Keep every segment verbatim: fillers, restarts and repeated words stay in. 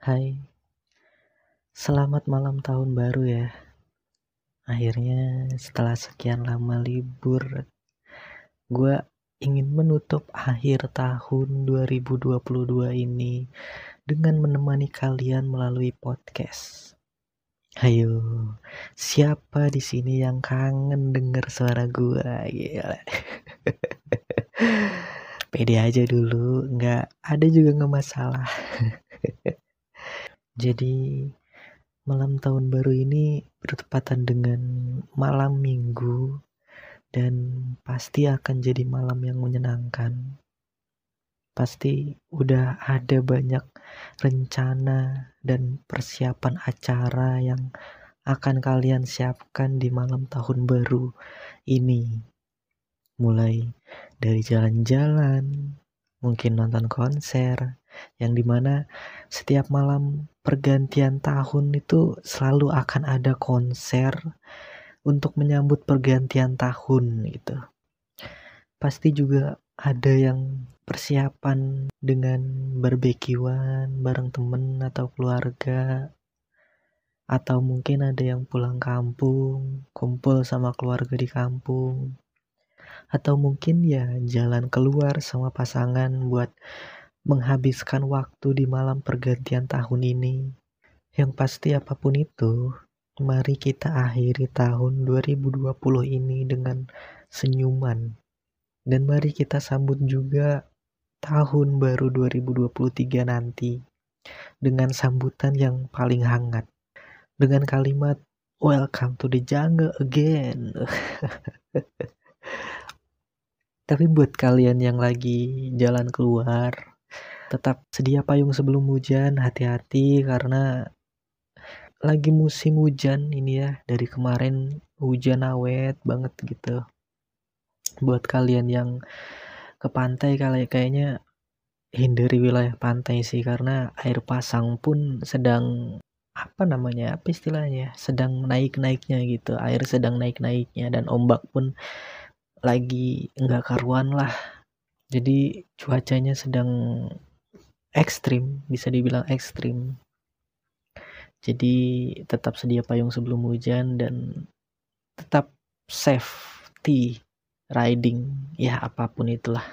Hai, selamat malam tahun baru ya. Akhirnya setelah sekian lama libur, gue ingin menutup akhir tahun dua ribu dua puluh dua ini dengan menemani kalian melalui podcast. Ayo, siapa di sini yang kangen denger suara gue? Gila. Pede aja dulu, nggak ada juga nggak masalah. Jadi malam tahun baru ini bertepatan dengan malam minggu dan pasti akan jadi malam yang menyenangkan. Pasti udah ada banyak rencana dan persiapan acara yang akan kalian siapkan di malam tahun baru ini. Mulai dari jalan-jalan, mungkin nonton konser, yang dimana setiap malam pergantian tahun itu selalu akan ada konser untuk menyambut pergantian tahun gitu. Pasti juga ada yang persiapan dengan barbekyuan bareng temen atau keluarga, atau mungkin ada yang pulang kampung, kumpul sama keluarga di kampung, atau mungkin ya jalan keluar sama pasangan buat menghabiskan waktu di malam pergantian tahun ini. Yang pasti apapun itu, mari kita akhiri tahun dua ribu dua puluh ini dengan senyuman. Dan mari kita sambut juga tahun baru dua ribu dua puluh tiga nanti dengan sambutan yang paling hangat. Dengan kalimat welcome to the jungle again. Tapi buat kalian yang lagi jalan keluar, tetap sedia payung sebelum hujan, hati-hati karena lagi musim hujan ini ya. Dari kemarin hujan awet banget gitu. Buat kalian yang ke pantai kali kayaknya hindari wilayah pantai sih, karena air pasang pun sedang apa namanya apa istilahnya sedang naik-naiknya gitu. Air sedang naik-naiknya dan ombak pun lagi nggak karuan lah. Jadi cuacanya sedang ekstrim, bisa dibilang ekstrim. Jadi tetap sedia payung sebelum hujan dan tetap safety riding, ya apapun itulah.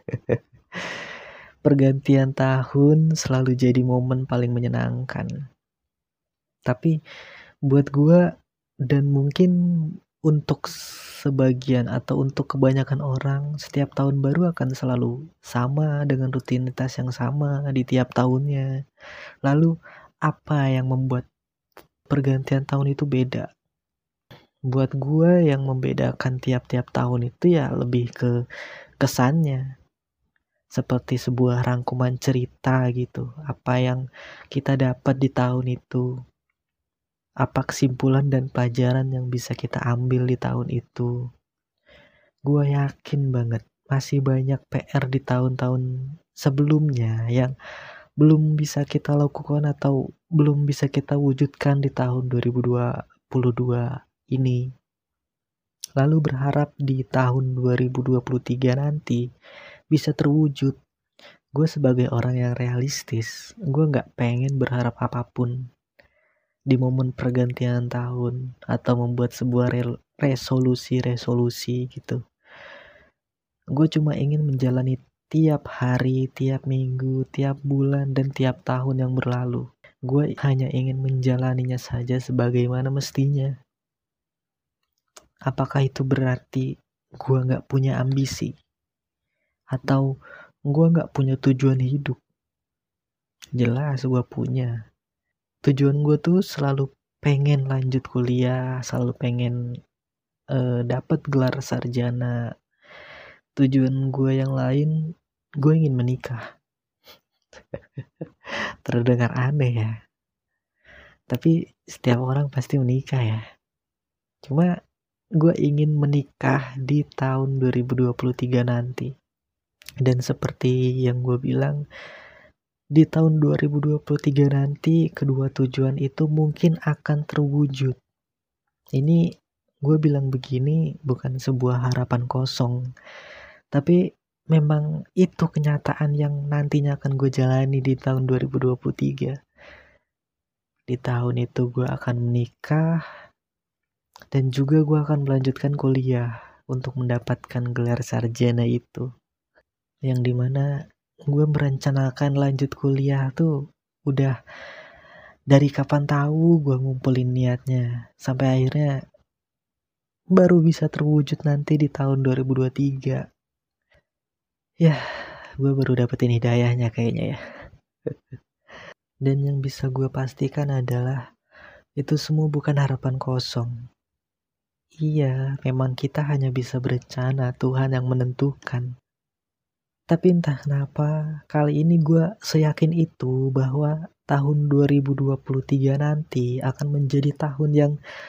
Pergantian tahun selalu jadi momen paling menyenangkan. Tapi buat gua dan mungkin untuk sebagian atau untuk kebanyakan orang, setiap tahun baru akan selalu sama dengan rutinitas yang sama di tiap tahunnya. Lalu apa yang membuat pergantian tahun itu beda? Buat gue yang membedakan tiap-tiap tahun itu ya lebih ke kesannya. Seperti sebuah rangkuman cerita gitu. Apa yang kita dapat di tahun itu. Apa kesimpulan dan pelajaran yang bisa kita ambil di tahun itu. Gue yakin banget masih banyak P R di tahun-tahun sebelumnya yang belum bisa kita lakukan atau belum bisa kita wujudkan di tahun dua ribu dua puluh dua ini. Lalu berharap di tahun dua ribu dua puluh tiga nanti bisa terwujud. Gue sebagai orang yang realistis, gue gak pengen berharap apapun di momen pergantian tahun atau membuat sebuah re- resolusi-resolusi gitu. Gue cuma ingin menjalani tiap hari, tiap minggu, tiap bulan, dan tiap tahun yang berlalu. Gue hanya ingin menjalaninya saja sebagaimana mestinya. Apakah itu berarti gue gak punya ambisi? Atau gue gak punya tujuan hidup? Jelas gue punya. Tujuan gue tuh selalu pengen lanjut kuliah, selalu pengen uh, dapat gelar sarjana. Tujuan gue yang lain, gue ingin menikah. Terdengar aneh ya. Tapi setiap orang pasti menikah ya. Cuma gue ingin menikah di tahun dua ribu dua puluh tiga nanti. Dan seperti yang gue bilang, di tahun dua ribu dua puluh tiga nanti kedua tujuan itu mungkin akan terwujud. Ini gue bilang begini bukan sebuah harapan kosong, tapi memang itu kenyataan yang nantinya akan gue jalani di tahun dua ribu dua puluh tiga. Di tahun itu gue akan menikah, dan juga gue akan melanjutkan kuliah untuk mendapatkan gelar sarjana itu. Yang dimana gue merencanakan lanjut kuliah tuh udah dari kapan tahu gue ngumpulin niatnya, sampai akhirnya baru bisa terwujud nanti di tahun dua ribu dua puluh tiga. Yah, gue baru dapetin hidayahnya kayaknya ya. Dan yang bisa gue pastikan adalah itu semua bukan harapan kosong. Iya, memang kita hanya bisa berencana, Tuhan yang menentukan. Tapi entah kenapa, kali ini gue seyakin itu bahwa tahun dua ribu dua puluh tiga nanti akan menjadi tahun yang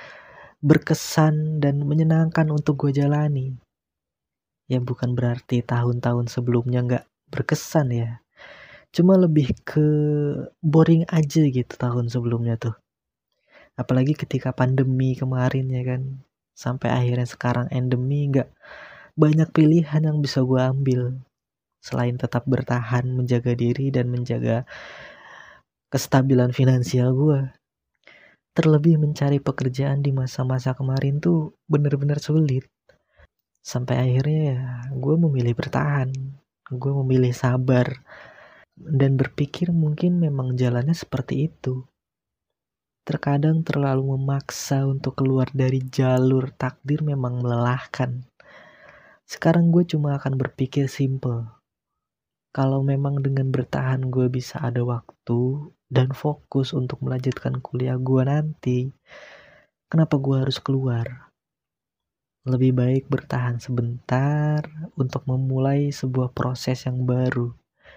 berkesan dan menyenangkan untuk gue jalani. Ya bukan berarti tahun-tahun sebelumnya gak berkesan ya. Cuma lebih ke boring aja gitu tahun sebelumnya tuh. Apalagi ketika pandemi kemarin ya kan. Sampai akhirnya sekarang endemi, gak banyak pilihan yang bisa gue ambil. Selain tetap bertahan, menjaga diri, dan menjaga kestabilan finansial gue. Terlebih mencari pekerjaan di masa-masa kemarin tuh bener-bener sulit. Sampai akhirnya ya gue memilih bertahan. Gue memilih sabar. Dan berpikir mungkin memang jalannya seperti itu. Terkadang terlalu memaksa untuk keluar dari jalur takdir memang melelahkan. Sekarang gue cuma akan berpikir simple. Kalau memang dengan bertahan gue bisa ada waktu dan fokus untuk melanjutkan kuliah gue nanti, kenapa gue harus keluar? Lebih baik bertahan sebentar untuk memulai sebuah proses yang baru.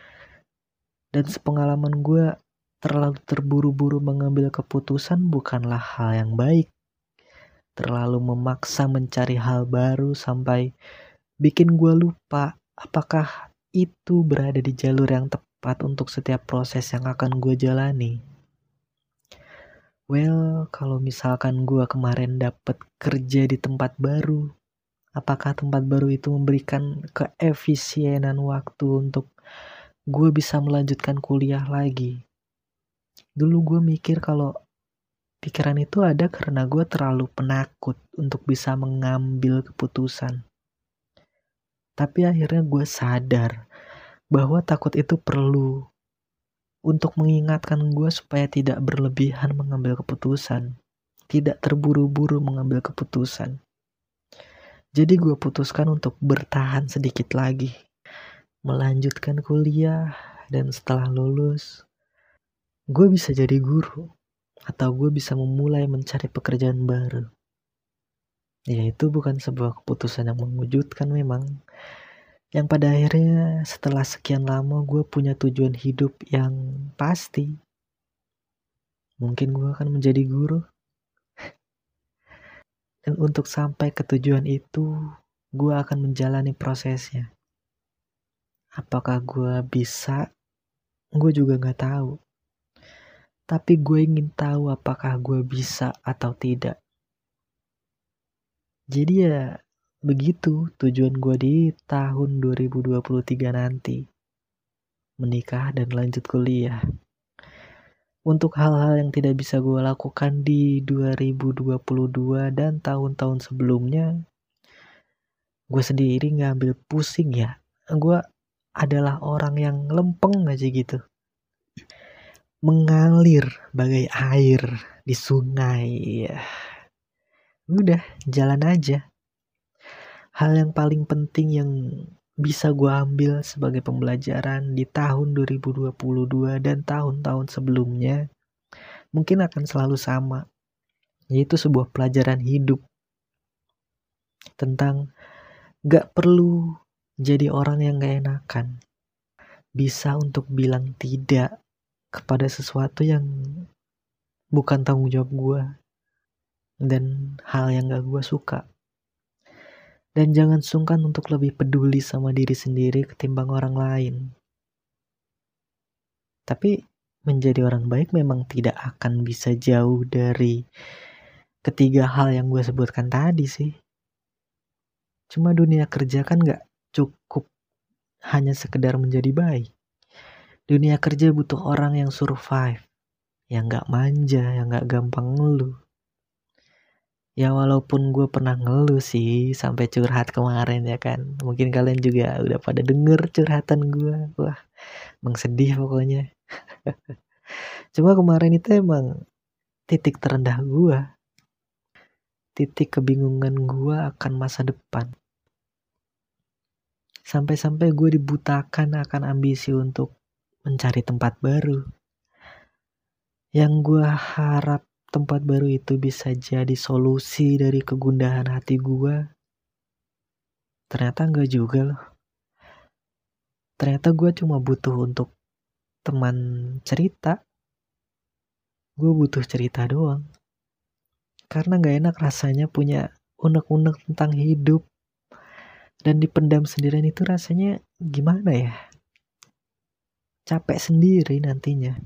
Dan sepengalaman gue, terlalu terburu-buru mengambil keputusan bukanlah hal yang baik. Terlalu memaksa mencari hal baru sampai bikin gue lupa apakah itu berada di jalur yang tepat untuk setiap proses yang akan gue jalani. Well, kalau misalkan gue kemarin dapet kerja di tempat baru, apakah tempat baru itu memberikan keefisienan waktu untuk gue bisa melanjutkan kuliah lagi? Dulu gue mikir kalau pikiran itu ada karena gue terlalu penakut untuk bisa mengambil keputusan. Tapi akhirnya gue sadar bahwa takut itu perlu untuk mengingatkan gue supaya tidak berlebihan mengambil keputusan, tidak terburu-buru mengambil keputusan. Jadi gue putuskan untuk bertahan sedikit lagi, melanjutkan kuliah, dan setelah lulus, gue bisa jadi guru, atau gue bisa memulai mencari pekerjaan baru. Ya itu bukan sebuah keputusan yang mengejutkan memang. Yang pada akhirnya setelah sekian lama gue punya tujuan hidup yang pasti. Mungkin gue akan menjadi guru. Dan untuk sampai ke tujuan itu, gue akan menjalani prosesnya. Apakah gue bisa? Gue juga gak tahu. Tapi gue ingin tahu apakah gue bisa atau tidak. Jadi ya begitu tujuan gue di tahun dua ribu dua puluh tiga nanti. Menikah dan lanjut kuliah. Untuk hal-hal yang tidak bisa gue lakukan di dua ribu dua puluh dua dan tahun-tahun sebelumnya, gue sendiri gak ambil pusing ya. Gue adalah orang yang lempeng aja gitu. Mengalir bagai air di sungai. Udah, jalan aja. Hal yang paling penting yang bisa gue ambil sebagai pembelajaran di tahun dua ribu dua puluh dua dan tahun-tahun sebelumnya mungkin akan selalu sama, yaitu sebuah pelajaran hidup tentang gak perlu jadi orang yang gak enakan, bisa untuk bilang tidak kepada sesuatu yang bukan tanggung jawab gue dan hal yang gak gue suka. Dan jangan sungkan untuk lebih peduli sama diri sendiri ketimbang orang lain. Tapi menjadi orang baik memang tidak akan bisa jauh dari ketiga hal yang gue sebutkan tadi sih. Cuma dunia kerja kan gak cukup hanya sekedar menjadi baik. Dunia kerja butuh orang yang survive, yang gak manja, yang gak gampang ngeluh. Ya walaupun gue pernah ngeluh sih sampai curhat kemarin ya kan. Mungkin kalian juga udah pada denger curhatan gue. Wah, emang sedih pokoknya. Cuma kemarin itu emang titik terendah gue. Titik kebingungan gue akan masa depan. Sampai-sampai gue dibutakan akan ambisi untuk mencari tempat baru. Yang gue harap tempat baru itu bisa jadi solusi dari kegundahan hati gue. Ternyata enggak juga loh. Ternyata gue cuma butuh untuk teman cerita. Gue butuh cerita doang. Karena gak enak rasanya punya unek-unek tentang hidup. Dan dipendam sendirian itu rasanya gimana ya? Capek sendiri nantinya.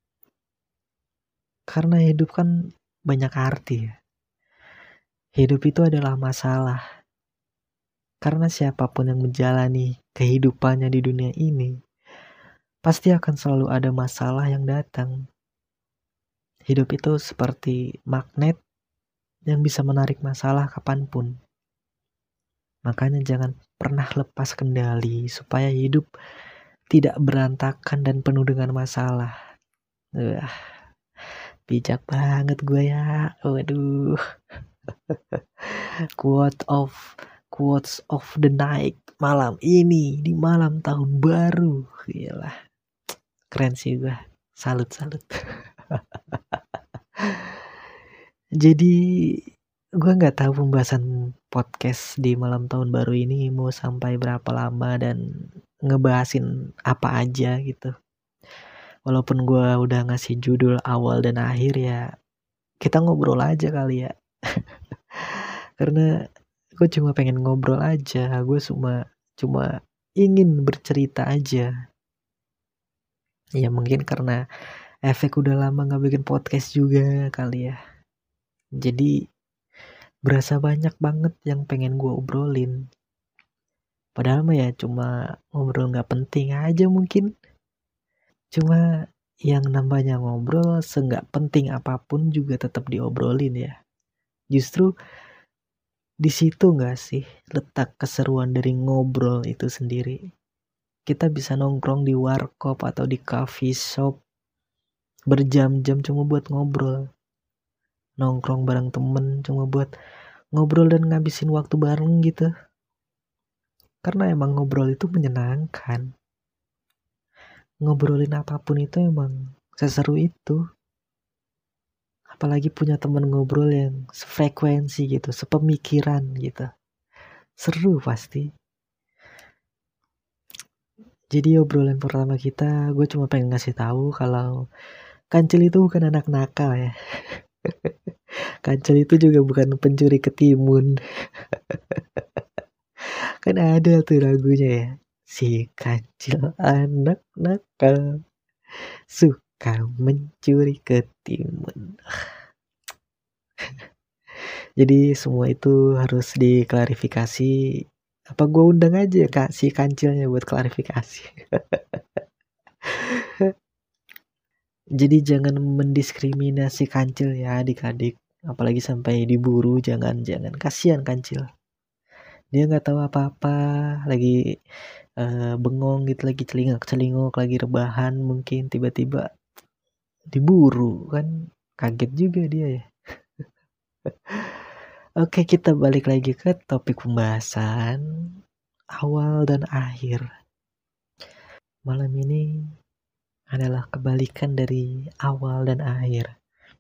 Karena hidup kan banyak arti ya. Hidup itu adalah masalah. Karena siapapun yang menjalani kehidupannya di dunia ini, pasti akan selalu ada masalah yang datang. Hidup itu seperti magnet yang bisa menarik masalah kapanpun. Makanya jangan pernah lepas kendali supaya hidup tidak berantakan dan penuh dengan masalah. Wah, bijak banget gue ya. Waduh. Quote of quotes of the night, malam ini di malam tahun baru. Gila. Keren sih gue. Salut salut. Jadi gue nggak tahu pembahasan podcast di malam tahun baru ini mau sampai berapa lama dan ngebahasin apa aja gitu. Walaupun gue udah ngasih judul awal dan akhir ya, kita ngobrol aja kali ya. Karena gue cuma pengen ngobrol aja, gue cuma cuma ingin bercerita aja. Ya mungkin karena efek udah lama nggak bikin podcast juga kali ya. Jadi berasa banyak banget yang pengen gue obrolin. Padahal mah ya cuma ngobrol gak penting aja mungkin. Cuma yang namanya ngobrol seenggak penting apapun juga tetap diobrolin ya. Justru di situ gak sih letak keseruan dari ngobrol itu sendiri. Kita bisa nongkrong di warkop atau di coffee shop berjam-jam cuma buat ngobrol. Nongkrong bareng temen cuma buat ngobrol dan ngabisin waktu bareng gitu. Karena emang ngobrol itu menyenangkan. Ngobrolin apapun itu emang seseru itu. Apalagi punya temen ngobrol yang sefrekuensi gitu, sepemikiran gitu. Seru pasti. Jadi obrolan pertama kita, gue cuma pengen ngasih tahu kalau Kancil itu bukan anak nakal ya. Kancil itu juga bukan pencuri ketimun. Kan ada tuh lagunya ya. Si Kancil anak nakal suka mencuri ketimun. Jadi semua itu harus diklarifikasi. Apa gue undang aja kak si Kancilnya buat klarifikasi. Jadi jangan mendiskriminasi Kancil ya adik-adik. Apalagi sampai diburu, jangan-jangan. Kasihan Kancil. Dia gak tahu apa-apa. Lagi uh, bengong gitu, lagi celingak-celingok, lagi rebahan mungkin. Tiba-tiba diburu kan. Kaget juga dia ya. Oke, kita balik lagi ke topik pembahasan awal dan akhir. Malam ini adalah kebalikan dari awal dan akhir.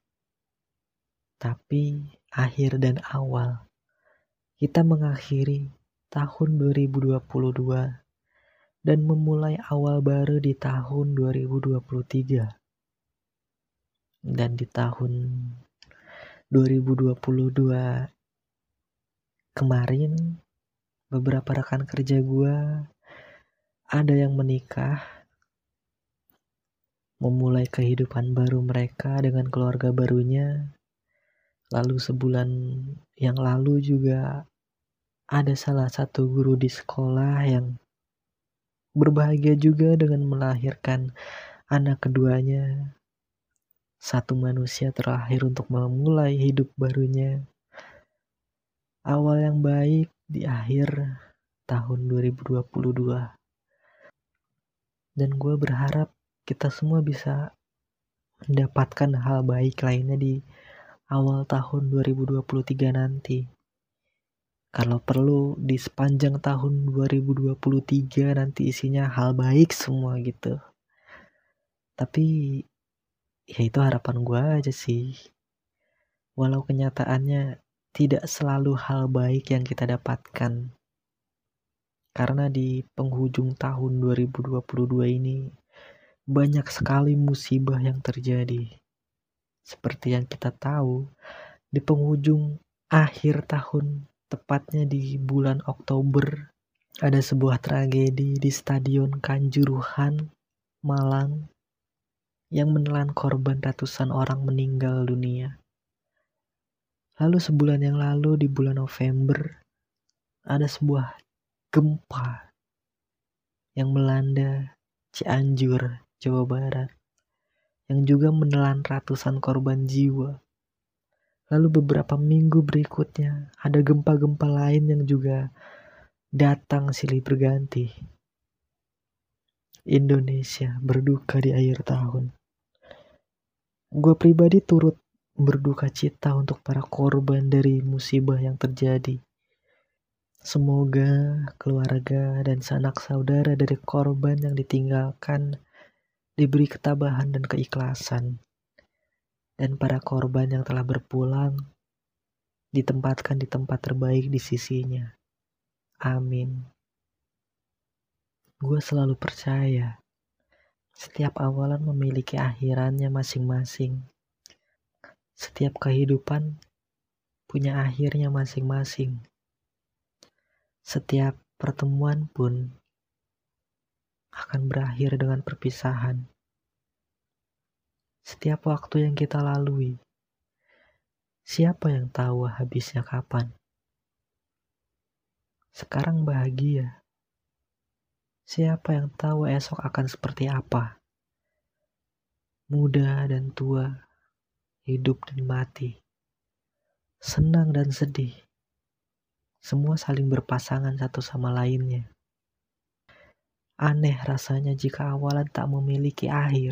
Tapi akhir dan awal. Kita mengakhiri tahun dua ribu dua puluh dua dan memulai awal baru di tahun dua ribu dua puluh tiga. Dan di tahun dua ribu dua puluh dua kemarin beberapa rekan kerja gue ada yang menikah, memulai kehidupan baru mereka dengan keluarga barunya. Lalu sebulan yang lalu juga ada salah satu guru di sekolah yang berbahagia juga dengan melahirkan anak keduanya. satu manusia terlahir untuk memulai hidup barunya. Awal yang baik di akhir tahun dua ribu dua puluh dua. Dan gue berharap kita semua bisa mendapatkan hal baik lainnya di awal tahun dua ribu dua puluh tiga nanti. Kalau perlu di sepanjang tahun dua ribu dua puluh tiga nanti isinya hal baik semua gitu. Tapi ya itu harapan gue aja sih. Walau kenyataannya tidak selalu hal baik yang kita dapatkan. Karena di penghujung tahun dua ribu dua puluh dua ini banyak sekali musibah yang terjadi. Seperti yang kita tahu, di penghujung akhir tahun, tepatnya di bulan Oktober, ada sebuah tragedi di Stadion Kanjuruhan, Malang, yang menelan korban ratusan orang meninggal dunia. Lalu sebulan yang lalu di bulan November, ada sebuah gempa yang melanda Cianjur, Jawa Barat, yang juga menelan ratusan korban jiwa. Lalu beberapa minggu berikutnya ada gempa-gempa lain yang juga datang silih berganti. Indonesia berduka di akhir tahun. Gue pribadi turut berduka cita untuk para korban dari musibah yang terjadi. Semoga keluarga dan sanak saudara dari korban yang ditinggalkan diberi ketabahan dan keikhlasan. Dan para korban yang telah berpulang ditempatkan di tempat terbaik di sisinya. Amin. Gue selalu percaya setiap awalan memiliki akhirannya masing-masing. Setiap kehidupan punya akhirnya masing-masing. Setiap pertemuan pun akan berakhir dengan perpisahan. Setiap waktu yang kita lalui, siapa yang tahu habisnya kapan? Sekarang bahagia. Siapa yang tahu esok akan seperti apa? Muda dan tua, hidup dan mati, senang dan sedih, semua saling berpasangan satu sama lainnya. Aneh rasanya jika awalan tak memiliki akhir.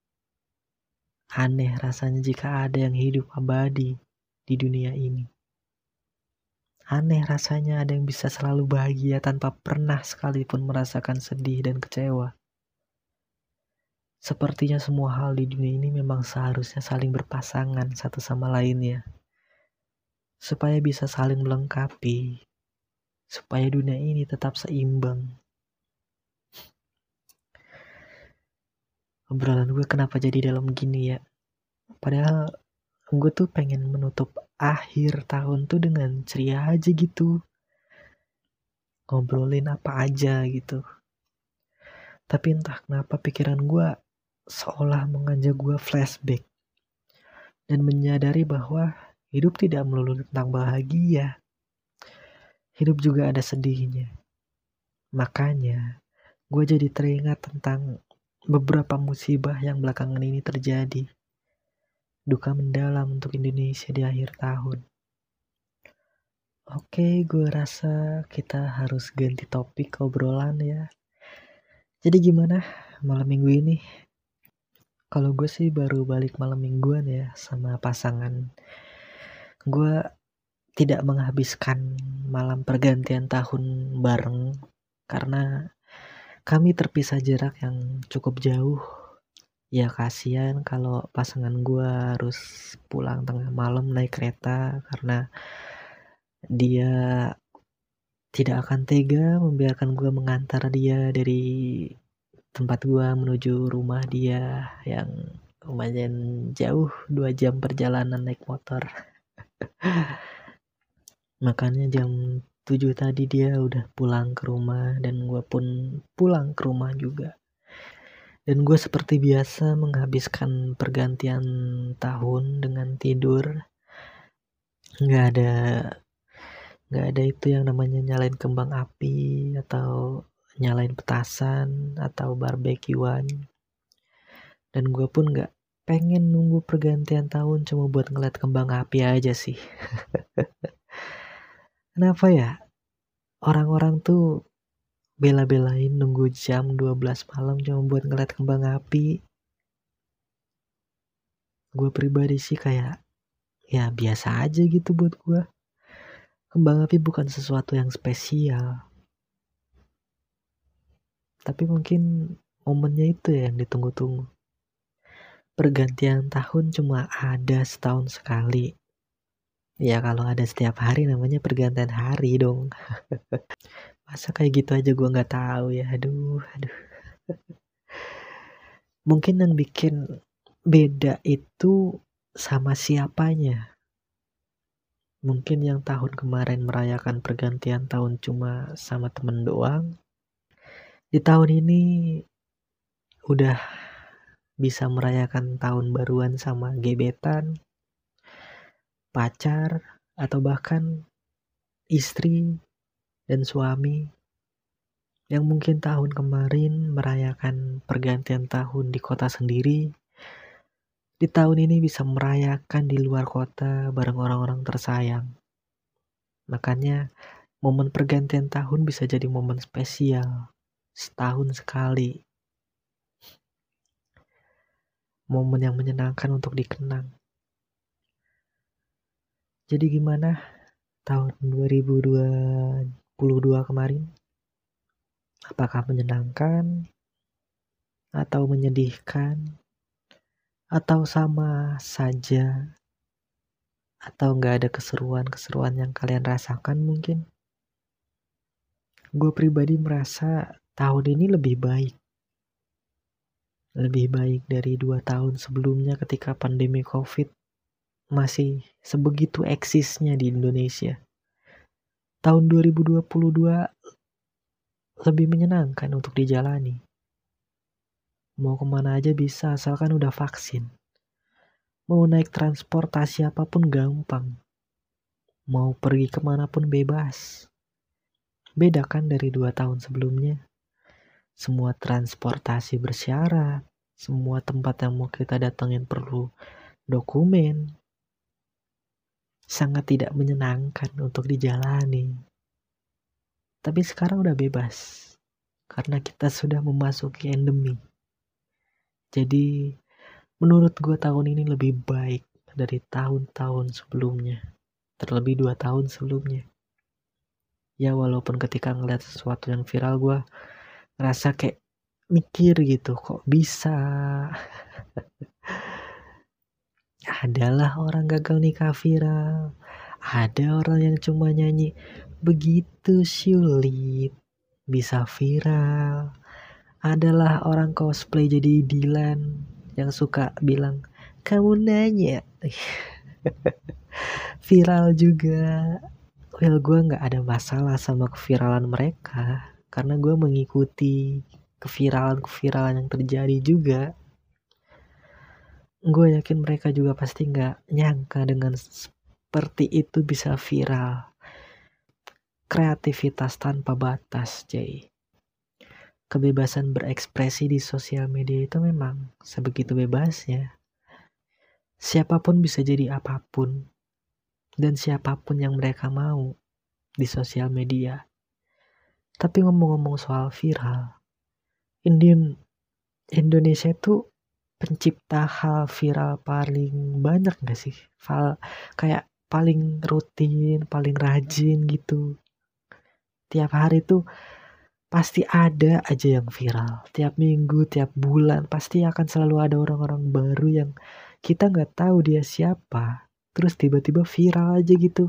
Aneh rasanya jika ada yang hidup abadi di dunia ini. Aneh rasanya ada yang bisa selalu bahagia tanpa pernah sekalipun merasakan sedih dan kecewa. Sepertinya semua hal di dunia ini memang seharusnya saling berpasangan satu sama lainnya. Supaya bisa saling melengkapi. Supaya dunia ini tetap seimbang. Obrolan gue kenapa jadi dalam gini ya? Padahal gue tuh pengen menutup akhir tahun tuh dengan ceria aja gitu. Ngobrolin apa aja gitu. Tapi entah kenapa pikiran gue seolah mengajak gue flashback. Dan menyadari bahwa hidup tidak melulu tentang bahagia. Hidup juga ada sedihnya. Makanya gue jadi teringat tentang beberapa musibah yang belakangan ini terjadi. Duka mendalam untuk Indonesia di akhir tahun. Oke, gue rasa kita harus ganti topik obrolan ya. Jadi gimana malam minggu ini? Kalau gue sih baru balik malam mingguan ya sama pasangan. Gue tidak menghabiskan malam pergantian tahun bareng karena kami terpisah jarak yang cukup jauh. Ya kasihan kalau pasangan gue harus pulang tengah malam naik kereta karena dia tidak akan tega membiarkan gue mengantar dia dari tempat gue menuju rumah dia yang lumayan jauh, dua jam perjalanan naik motor. Makanya jam tujuh tadi dia udah pulang ke rumah dan gue pun pulang ke rumah juga. Dan gue seperti biasa menghabiskan pergantian tahun dengan tidur. Gak ada gak ada itu yang namanya nyalain kembang api atau nyalain petasan atau barbekyuan. Dan gue pun gak pengen nunggu pergantian tahun cuma buat ngeliat kembang api aja sih. Kenapa ya? Orang-orang tuh bela-belain nunggu jam dua belas malam cuma buat ngeliat kembang api. Gue pribadi sih kayak, ya biasa aja gitu buat gue. Kembang api bukan sesuatu yang spesial. Tapi mungkin momennya itu ya yang ditunggu-tunggu. Pergantian tahun cuma ada setahun sekali. Ya kalau ada setiap hari namanya pergantian hari dong. Masa kayak gitu aja gue gak tahu ya. Aduh, aduh. Mungkin yang bikin beda itu sama siapanya. Mungkin yang tahun kemarin merayakan pergantian tahun cuma sama temen doang. Di tahun ini udah bisa merayakan tahun baruan sama gebetan, pacar, atau bahkan istri dan suami. Yang mungkin tahun kemarin merayakan pergantian tahun di kota sendiri, di tahun ini bisa merayakan di luar kota bareng orang-orang tersayang. Makanya momen pergantian tahun bisa jadi momen spesial, setahun sekali. Momen yang menyenangkan untuk dikenang. Jadi gimana tahun dua ribu dua puluh dua kemarin? Apakah menyenangkan? Atau menyedihkan? Atau sama saja? Atau gak ada keseruan-keseruan yang kalian rasakan mungkin? Gue pribadi merasa tahun ini lebih baik. Lebih baik dari dua tahun sebelumnya ketika pandemi COVID masih sebegitu eksisnya di Indonesia. Tahun dua ribu dua puluh dua lebih menyenangkan untuk dijalani. Mau kemana aja bisa asalkan udah vaksin. Mau naik transportasi apapun gampang. Mau pergi kemanapun bebas. Beda kan dari dua tahun sebelumnya. Semua transportasi bersyarat. Semua tempat yang mau kita datengin perlu dokumen. Sangat tidak menyenangkan untuk dijalani. Tapi sekarang udah bebas. Karena kita sudah memasuki endemi. Jadi menurut gue tahun ini lebih baik dari tahun-tahun sebelumnya. Terlebih dua tahun sebelumnya. Ya walaupun ketika ngeliat sesuatu yang viral gue ngerasa kayak mikir gitu. Kok bisa? Adalah orang gagal nikah viral. Ada orang yang cuma nyanyi begitu sulit bisa viral. Adalah orang cosplay jadi Dilan yang suka bilang kamu nanya. Viral juga. Well, gue gak ada masalah sama keviralan mereka karena gue mengikuti keviralan-keviralan yang terjadi juga. Gue yakin mereka juga pasti gak nyangka dengan seperti itu bisa viral. Kreativitas tanpa batas, Jay. Kebebasan berekspresi di sosial media itu memang sebegitu bebasnya. Siapapun bisa jadi apapun. Dan siapapun yang mereka mau di sosial media. Tapi ngomong-ngomong soal viral. Indian, Indonesia itu pencipta hal viral paling banyak gak sih? Val, kayak paling rutin, paling rajin gitu. Tiap hari tuh pasti ada aja yang viral. Tiap minggu, tiap bulan pasti akan selalu ada orang-orang baru yang kita gak tahu dia siapa. Terus tiba-tiba viral aja gitu.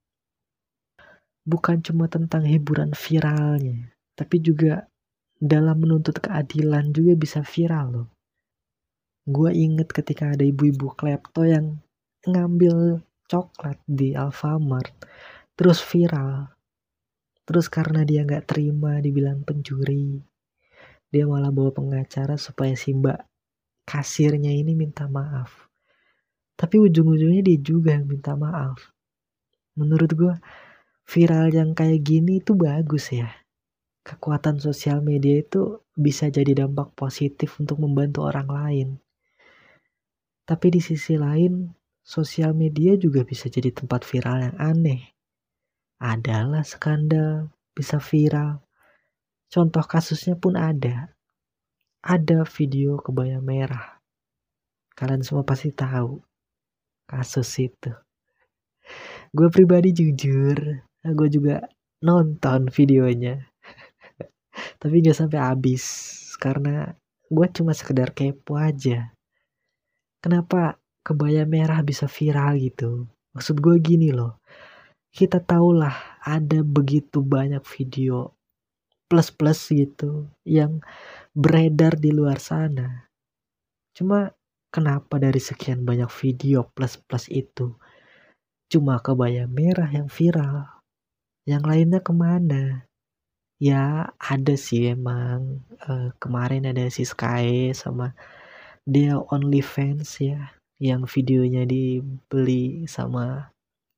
Bukan cuma tentang hiburan viralnya. Tapi juga dalam menuntut keadilan juga bisa viral loh. Gue inget ketika ada ibu-ibu klepto yang ngambil coklat di Alfamart. Terus viral. Terus karena dia gak terima dibilang pencuri. Dia malah bawa pengacara supaya si mbak kasirnya ini minta maaf. Tapi ujung-ujungnya dia juga yang minta maaf. Menurut gue viral yang kayak gini itu bagus ya. Kekuatan sosial media itu bisa jadi dampak positif untuk membantu orang lain. Tapi di sisi lain, sosial media juga bisa jadi tempat viral yang aneh. Adalah skandal bisa viral. Contoh kasusnya pun ada. Ada video kebaya merah. Kalian semua pasti tahu kasus itu. Gue pribadi jujur, gue juga nonton videonya. Tapi gak sampai habis. Karena gue cuma sekedar kepo aja. Kenapa kebaya merah bisa viral gitu? Maksud gue gini loh. Kita tahulah ada begitu banyak video plus-plus gitu yang beredar di luar sana. Cuma kenapa dari sekian banyak video plus-plus itu cuma kebaya merah yang viral? Yang lainnya kemana? Ya ada sih emang uh, kemarin ada si Sky sama dia OnlyFans ya, yang videonya dibeli sama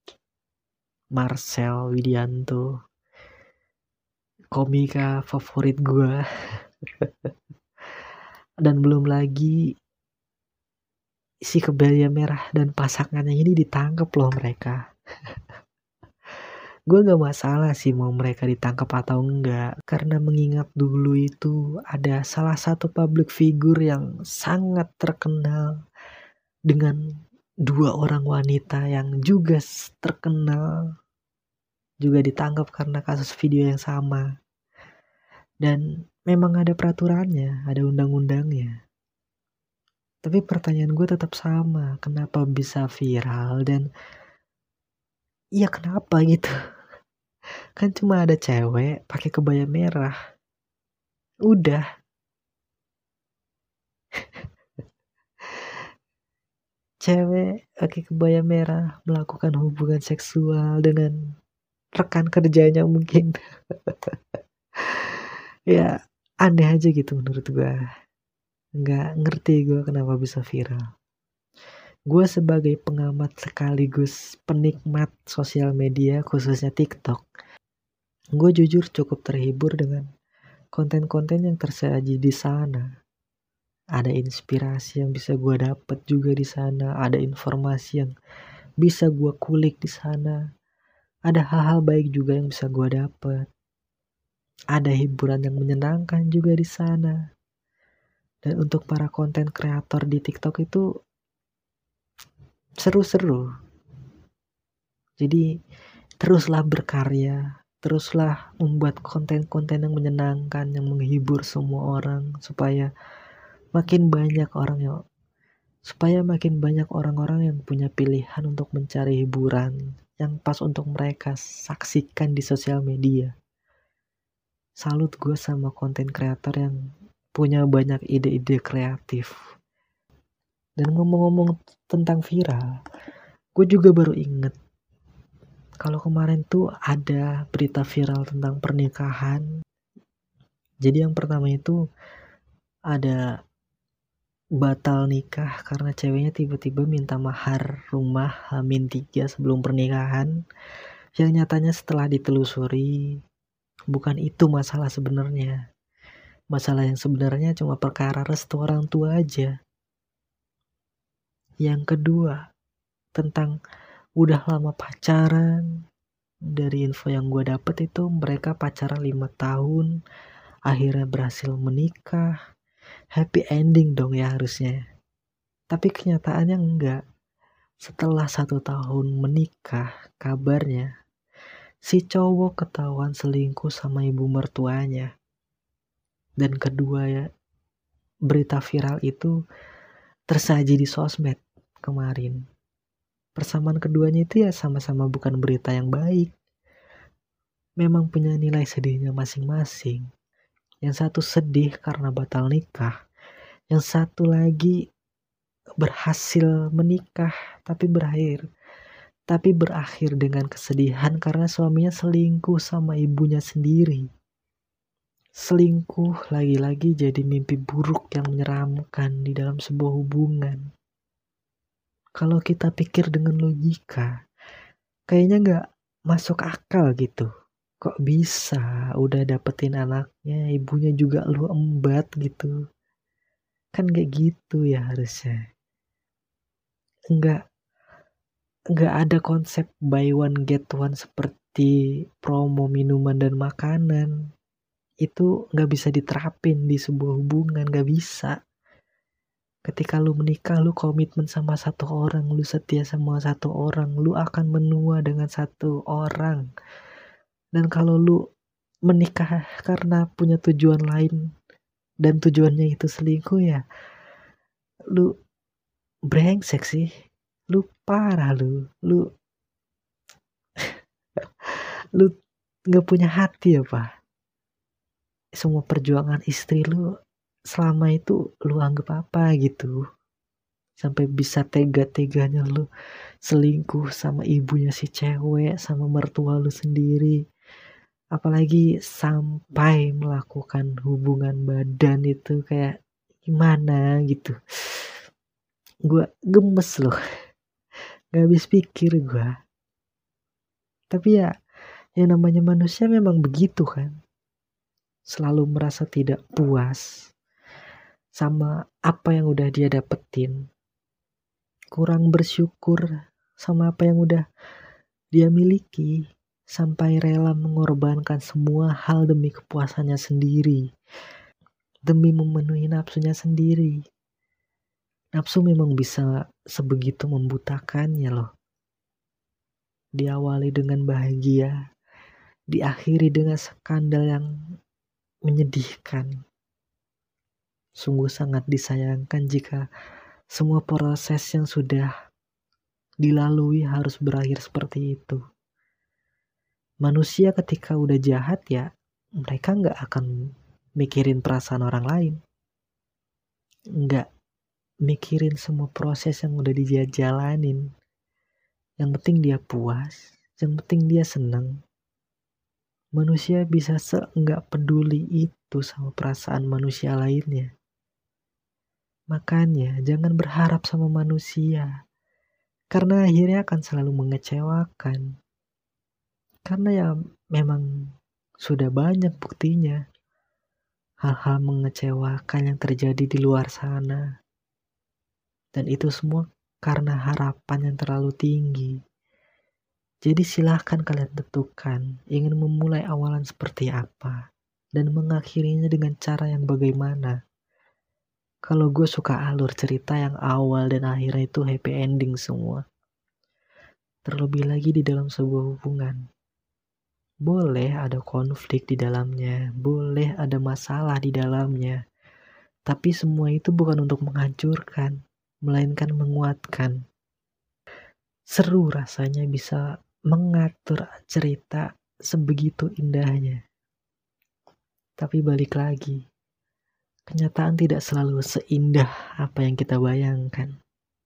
Marcel Widianto, komika favorit gue. Dan belum lagi si kebaya merah dan pasangannya ini ditangkap loh mereka. Gue gak masalah sih mau mereka ditangkap atau enggak, karena mengingat dulu itu ada salah satu public figure yang sangat terkenal dengan dua orang wanita yang juga terkenal juga ditangkap karena kasus video yang sama. Dan memang ada peraturannya, ada undang-undangnya. Tapi pertanyaan gue tetap sama, kenapa bisa viral dan iya kenapa gitu? Kan cuma ada cewek pakai kebaya merah. Udah. Cewek pakai kebaya merah melakukan hubungan seksual dengan rekan kerjanya mungkin. Ya aneh aja gitu menurut gue. Nggak ngerti gue kenapa bisa viral. Gue sebagai pengamat sekaligus penikmat sosial media khususnya TikTok, gue jujur cukup terhibur dengan konten-konten yang tersaji di sana. Ada inspirasi yang bisa gue dapet juga di sana, ada informasi yang bisa gue kulik di sana, ada hal-hal baik juga yang bisa gue dapet, ada hiburan yang menyenangkan juga di sana. Dan untuk para konten kreator di TikTok itu seru-seru. Jadi teruslah berkarya, teruslah membuat konten-konten yang menyenangkan, yang menghibur semua orang supaya makin banyak orang yang supaya makin banyak orang-orang yang punya pilihan untuk mencari hiburan yang pas untuk mereka saksikan di sosial media. Salut gue sama konten kreator yang punya banyak ide-ide kreatif. Dan ngomong-ngomong tentang viral, gue juga baru inget kalau kemarin tuh ada berita viral tentang pernikahan. Jadi yang pertama itu ada batal nikah karena ceweknya tiba-tiba minta mahar rumah hamin tiga sebelum pernikahan. Yang nyatanya setelah ditelusuri bukan itu masalah sebenarnya. Masalah yang sebenarnya cuma perkara restu orang tua aja. Yang kedua, tentang udah lama pacaran. Dari info yang gue dapet itu mereka pacaran lima tahun, akhirnya berhasil menikah. Happy ending dong ya harusnya. Tapi kenyataannya enggak. Setelah satu tahun menikah, kabarnya si cowok ketahuan selingkuh sama ibu mertuanya. Dan kedua ya, berita viral itu tersaji di sosmed kemarin. Persamaan keduanya itu ya sama-sama bukan berita yang baik. Memang punya nilai sedihnya masing-masing. Yang satu sedih karena batal nikah. Yang satu lagi berhasil menikah tapi berakhir. Tapi berakhir dengan kesedihan karena suaminya selingkuh sama ibunya sendiri. Selingkuh lagi-lagi jadi mimpi buruk yang menyeramkan di dalam sebuah hubungan. Kalau kita pikir dengan logika, kayaknya gak masuk akal gitu. Kok bisa udah dapetin anaknya, ibunya juga lu embat gitu. Kan gak gitu ya harusnya. Enggak enggak ada konsep buy one get one seperti promo minuman dan makanan. Itu nggak bisa diterapin di sebuah hubungan, nggak bisa. Ketika lu menikah, lu komitmen sama satu orang, lu setia sama satu orang, lu akan menua dengan satu orang. Dan kalau lu menikah karena punya tujuan lain dan tujuannya itu selingkuh, ya lu brengsek sih. Lu parah lu. Lu lu nggak punya hati apa? Semua perjuangan istri lu selama itu lu anggap apa gitu? Sampai bisa tega-teganya lu selingkuh sama ibunya si cewek, sama mertua lu sendiri. Apalagi sampai melakukan hubungan badan itu kayak gimana gitu. Gua gemes loh. Gak habis pikir gua. Tapi ya, yang namanya manusia memang begitu kan. Selalu merasa tidak puas sama apa yang udah dia dapetin. Kurang bersyukur sama apa yang udah dia miliki. Sampai rela mengorbankan semua hal demi kepuasannya sendiri. Demi memenuhi nafsunya sendiri. Nafsu memang bisa sebegitu membutakannya loh. Diawali dengan bahagia, diakhiri dengan skandal yang menyedihkan. Sungguh sangat disayangkan jika semua proses yang sudah dilalui harus berakhir seperti itu. Manusia ketika udah jahat ya, mereka gak akan mikirin perasaan orang lain. Gak mikirin semua proses yang udah dia jalanin. Yang penting dia puas, yang penting dia senang. Manusia bisa se-enggak peduli itu sama perasaan manusia lainnya. Makanya jangan berharap sama manusia, karena akhirnya akan selalu mengecewakan. Karena ya memang sudah banyak buktinya hal-hal mengecewakan yang terjadi di luar sana. Dan itu semua karena harapan yang terlalu tinggi. Jadi silahkan kalian tentukan ingin memulai awalan seperti apa dan mengakhirinya dengan cara yang bagaimana. Kalau gue suka alur cerita yang awal dan akhirnya itu happy ending semua. Terlebih lagi di dalam sebuah hubungan. Boleh ada konflik di dalamnya, boleh ada masalah di dalamnya. Tapi semua itu bukan untuk menghancurkan, melainkan menguatkan. Seru rasanya bisa mengatur cerita sebegitu indahnya. Tapi balik lagi, kenyataan tidak selalu seindah apa yang kita bayangkan.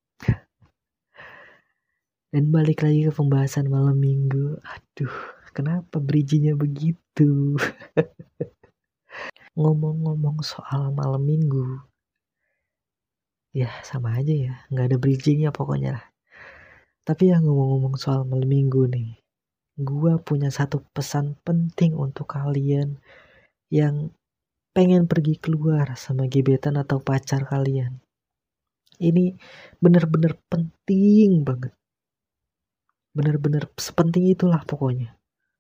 Dan balik lagi ke pembahasan malam minggu. Aduh, kenapa bridgingnya begitu? Ngomong-ngomong soal malam minggu, ya sama aja ya, gak ada bridgingnya pokoknya lah. Tapi ya ngomong-ngomong soal malam minggu nih, gua punya satu pesan penting untuk kalian yang pengen pergi keluar sama gebetan atau pacar kalian. Ini bener-bener penting banget. Bener-bener sepenting itulah pokoknya.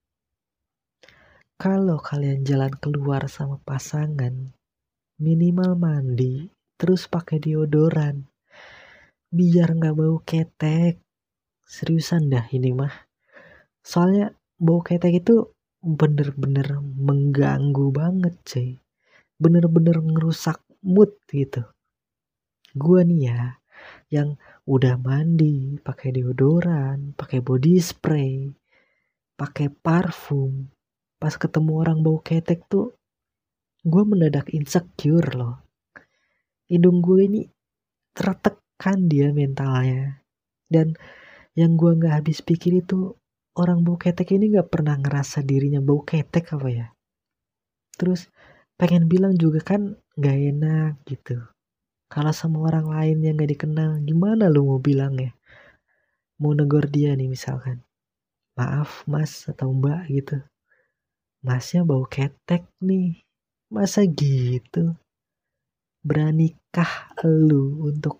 Kalau kalian jalan keluar sama pasangan, minimal mandi, terus pakai deodoran. Biar gak bau ketek. Seriusan dah ini mah. Soalnya bau ketek itu bener-bener mengganggu banget cuy. Bener-bener ngerusak mood gitu. Gua nih ya, yang udah mandi, pakai deodoran, pakai body spray, pakai parfum. Pas ketemu orang bau ketek tuh, gue mendadak insecure loh. Hidung gue ini tertekan dia mentalnya. Dan yang gue gak habis pikir itu, orang bau ketek ini gak pernah ngerasa dirinya bau ketek apa ya. Terus pengen bilang juga kan gak enak gitu. Kalau sama orang lain yang gak dikenal, gimana lu mau bilang ya? Mau negor dia nih misalkan. Maaf mas atau mbak gitu. Masnya bau ketek nih. Masa gitu? Beranikah lu untuk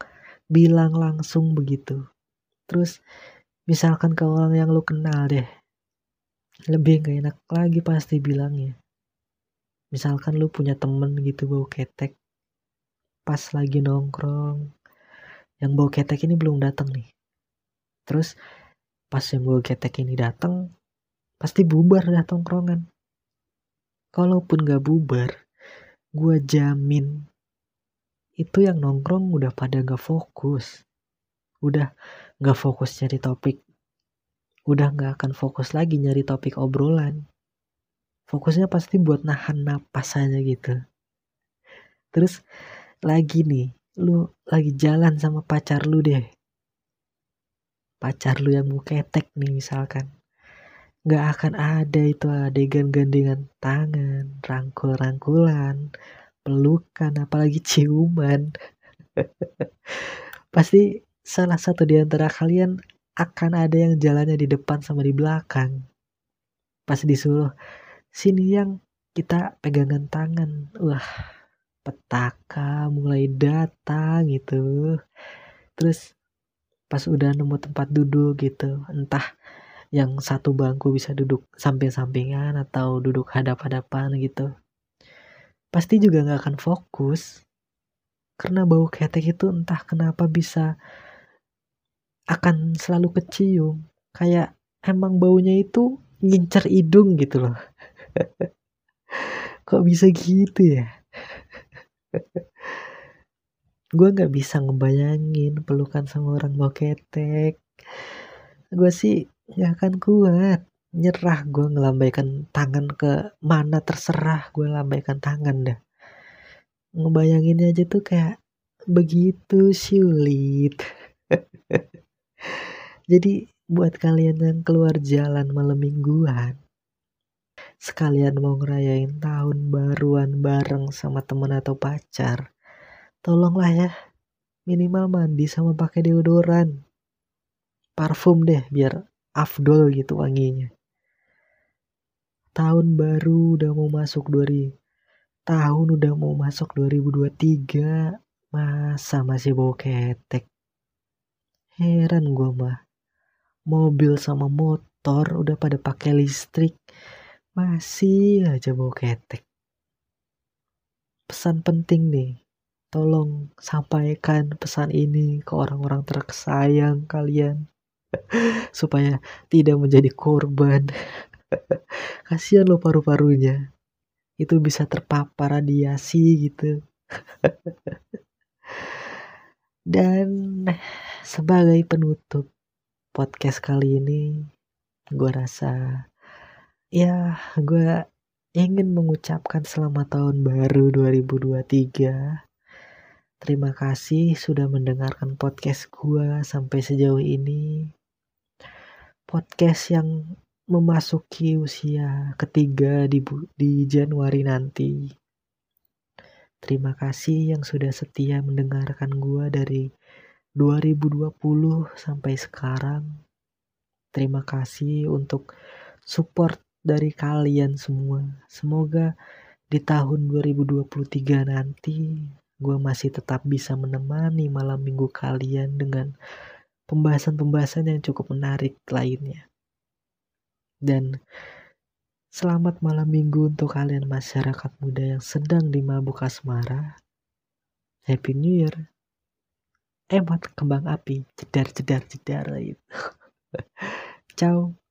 bilang langsung begitu. Terus misalkan ke orang yang lu kenal deh, lebih gak enak lagi pasti bilangnya. Misalkan lu punya temen gitu bau ketek, pas lagi nongkrong, yang bau ketek ini belum datang nih. Terus pas yang bau ketek ini datang, pasti bubar dah tongkrongan. Kalaupun gak bubar, gue jamin itu yang nongkrong udah pada gak fokus. Udah gak fokus nyari topik. Udah gak akan fokus lagi nyari topik obrolan. Fokusnya pasti buat nahan napas aja gitu. Terus lagi nih, lu lagi jalan sama pacar lu deh. Pacar lu yang mau ketek nih misalkan. Gak akan ada itu adegan gandengan tangan, rangkul-rangkulan, pelukan, apalagi ciuman. Pasti salah satu di antara kalian akan ada yang jalannya di depan sama di belakang. Pas disuruh, sini yang kita pegangan tangan. Wah, petaka mulai datang gitu. Terus pas udah nemu tempat duduk gitu, entah yang satu bangku bisa duduk samping-sampingan atau duduk hadap-hadapan gitu, pasti juga gak akan fokus. Karena bau ketek itu entah kenapa bisa akan selalu kecium. Kayak emang baunya itu ngincer hidung gitu loh. Kok bisa gitu ya? Gue gak bisa ngebayangin pelukan sama orang bau ketek. Gue sih gak akan kuat. Nyerah gue ngelambaikan tangan ke mana terserah, gue lambaikan tangan dah. Ngebayanginnya aja tuh kayak begitu sulit. Jadi buat kalian yang keluar jalan malam mingguan, sekalian mau ngerayain tahun baruan bareng sama temen atau pacar, tolonglah ya, minimal mandi sama pakai deodoran. Parfum deh biar afdol gitu wanginya. Tahun baru udah mau masuk dua ribu. Tahun udah mau masuk dua ribu dua puluh tiga. Masa masih bau ketek? Heran gue mah. Mobil sama motor udah pada pakai listrik, masih aja bau ketek. Pesan penting nih, tolong sampaikan pesan ini ke orang-orang tersayang kalian supaya tidak menjadi korban. Kasihan lo paru-parunya, itu bisa terpapar radiasi gitu. Dan sebagai penutup podcast kali ini, gue rasa ya gue ingin mengucapkan selamat tahun baru dua ribu dua puluh tiga. Terima kasih sudah mendengarkan podcast gue sampai sejauh ini. Podcast yang memasuki usia ketiga di, di Januari nanti. Terima kasih yang sudah setia mendengarkan gue dari dua ribu dua puluh sampai sekarang. Terima kasih untuk support dari kalian semua. Semoga di tahun dua ribu dua puluh tiga nanti gue masih tetap bisa menemani malam minggu kalian dengan pembahasan-pembahasan yang cukup menarik lainnya. Dan selamat malam minggu untuk kalian masyarakat muda yang sedang dimabuk asmara. Happy New Year. Emot kembang api, jedar jedar jedar gitu. Ciao.